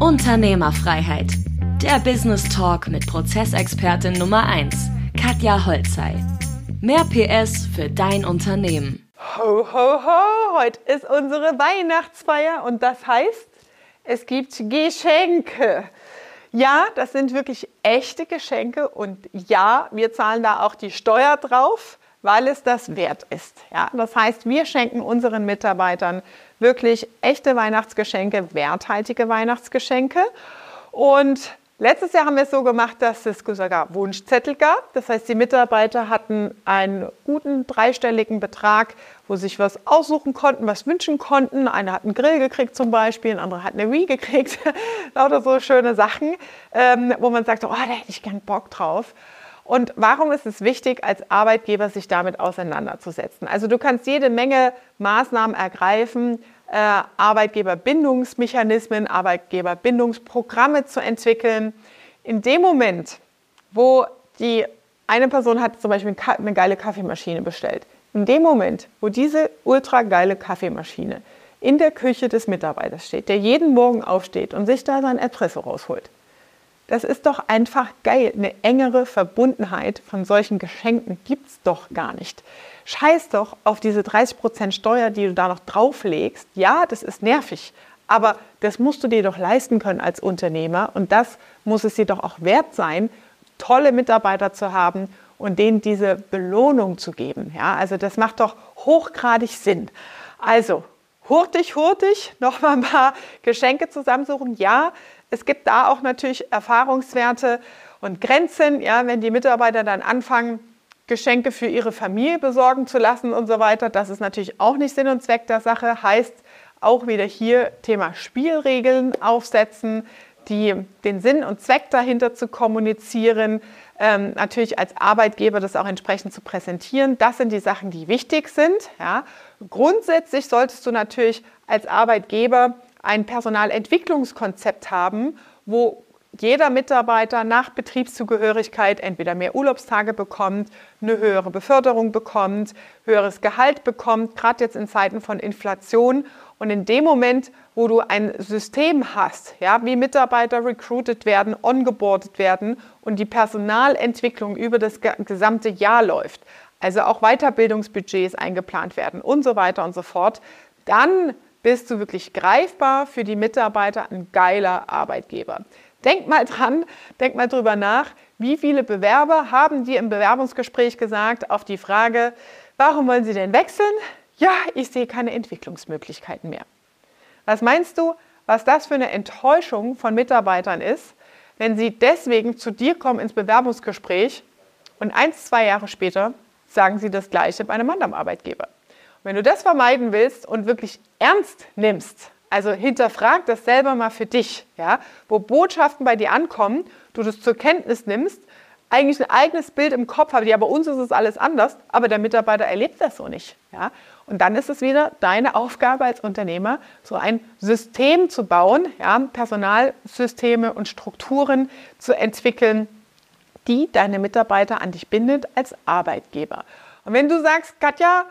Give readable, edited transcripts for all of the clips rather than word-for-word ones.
Unternehmerfreiheit. Der Business Talk mit Prozessexpertin Nummer 1, Katja Holzhey. Mehr PS für dein Unternehmen. Ho, ho, ho! Heute ist unsere Weihnachtsfeier und das heißt, es gibt Geschenke. Ja, das sind wirklich echte Geschenke und ja, wir zahlen da auch die Steuer drauf, weil es das wert ist. Ja, das heißt, wir schenken unseren Mitarbeitern wirklich echte Weihnachtsgeschenke, werthaltige Weihnachtsgeschenke. Und letztes Jahr haben wir es so gemacht, dass es sogar Wunschzettel gab. Das heißt, die Mitarbeiter hatten einen guten dreistelligen Betrag, wo sie sich was aussuchen konnten, was wünschen konnten. Einer hat einen Grill gekriegt zum Beispiel, ein anderer hat eine Wii gekriegt. Lauter so schöne Sachen, wo man sagt, oh, da hätte ich gern Bock drauf. Und warum ist es wichtig, als Arbeitgeber sich damit auseinanderzusetzen? Also du kannst jede Menge Maßnahmen ergreifen, Arbeitgeberbindungsmechanismen, Arbeitgeberbindungsprogramme zu entwickeln. In dem Moment, wo eine Person hat zum Beispiel eine geile Kaffeemaschine bestellt, in dem Moment, wo diese ultra geile Kaffeemaschine in der Küche des Mitarbeiters steht, der jeden Morgen aufsteht und sich da sein Espresso rausholt, das ist doch einfach geil. Eine engere Verbundenheit von solchen Geschenken gibt es doch gar nicht. Scheiß doch auf diese 30% Steuer, die du da noch drauflegst. Ja, das ist nervig, aber das musst du dir doch leisten können als Unternehmer. Und das muss es dir doch auch wert sein, tolle Mitarbeiter zu haben und denen diese Belohnung zu geben. Ja, also das macht doch hochgradig Sinn. Also, hurtig, noch mal ein paar Geschenke zusammensuchen. Ja, es gibt da auch natürlich Erfahrungswerte und Grenzen, ja, wenn die Mitarbeiter dann anfangen, Geschenke für ihre Familie besorgen zu lassen und so weiter. Das ist natürlich auch nicht Sinn und Zweck der Sache. Heißt auch wieder hier Thema Spielregeln aufsetzen, den Sinn und Zweck dahinter zu kommunizieren, natürlich als Arbeitgeber das auch entsprechend zu präsentieren. Das sind die Sachen, die wichtig sind. Ja. Grundsätzlich solltest du natürlich als Arbeitgeber ein Personalentwicklungskonzept haben, wo jeder Mitarbeiter nach Betriebszugehörigkeit entweder mehr Urlaubstage bekommt, eine höhere Beförderung bekommt, höheres Gehalt bekommt, gerade jetzt in Zeiten von Inflation. Und in dem Moment, wo du ein System hast, ja, wie Mitarbeiter recruited werden, ongeboardet werden und die Personalentwicklung über das gesamte Jahr läuft, also auch Weiterbildungsbudgets eingeplant werden und so weiter und so fort, dann bist du wirklich greifbar für die Mitarbeiter, ein geiler Arbeitgeber. Denk mal dran, denk mal drüber nach, wie viele Bewerber haben dir im Bewerbungsgespräch gesagt auf die Frage, warum wollen sie denn wechseln? Ja, ich sehe keine Entwicklungsmöglichkeiten mehr. Was meinst du, was das für eine Enttäuschung von Mitarbeitern ist, wenn sie deswegen zu dir kommen ins Bewerbungsgespräch und 1-2 Jahre später sagen sie das Gleiche bei einem anderen Arbeitgeber? Wenn du das vermeiden willst und wirklich ernst nimmst, also hinterfrag das selber mal für dich, ja, wo Botschaften bei dir ankommen, du das zur Kenntnis nimmst, eigentlich ein eigenes Bild im Kopf hast, ja, bei uns ist es alles anders, aber der Mitarbeiter erlebt das so nicht. Ja. Und dann ist es wieder deine Aufgabe als Unternehmer, so ein System zu bauen, ja, Personalsysteme und Strukturen zu entwickeln, die deine Mitarbeiter an dich bindet als Arbeitgeber. Und wenn du sagst, Katja,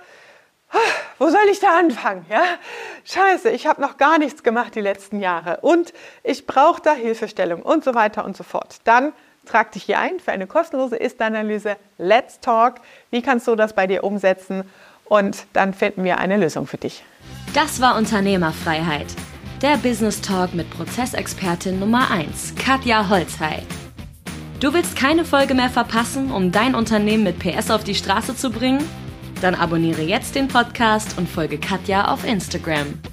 wo soll ich da anfangen? Ja? Scheiße, ich habe noch gar nichts gemacht die letzten Jahre und ich brauche da Hilfestellung und so weiter und so fort. Dann trag dich hier ein für eine kostenlose Ist-Analyse. Let's talk. Wie kannst du das bei dir umsetzen? Und dann finden wir eine Lösung für dich. Das war Unternehmerfreiheit. Der Business Talk mit Prozessexpertin Nummer 1, Katja Holzhey. Du willst keine Folge mehr verpassen, um dein Unternehmen mit PS auf die Straße zu bringen? Dann abonniere jetzt den Podcast und folge Katja auf Instagram.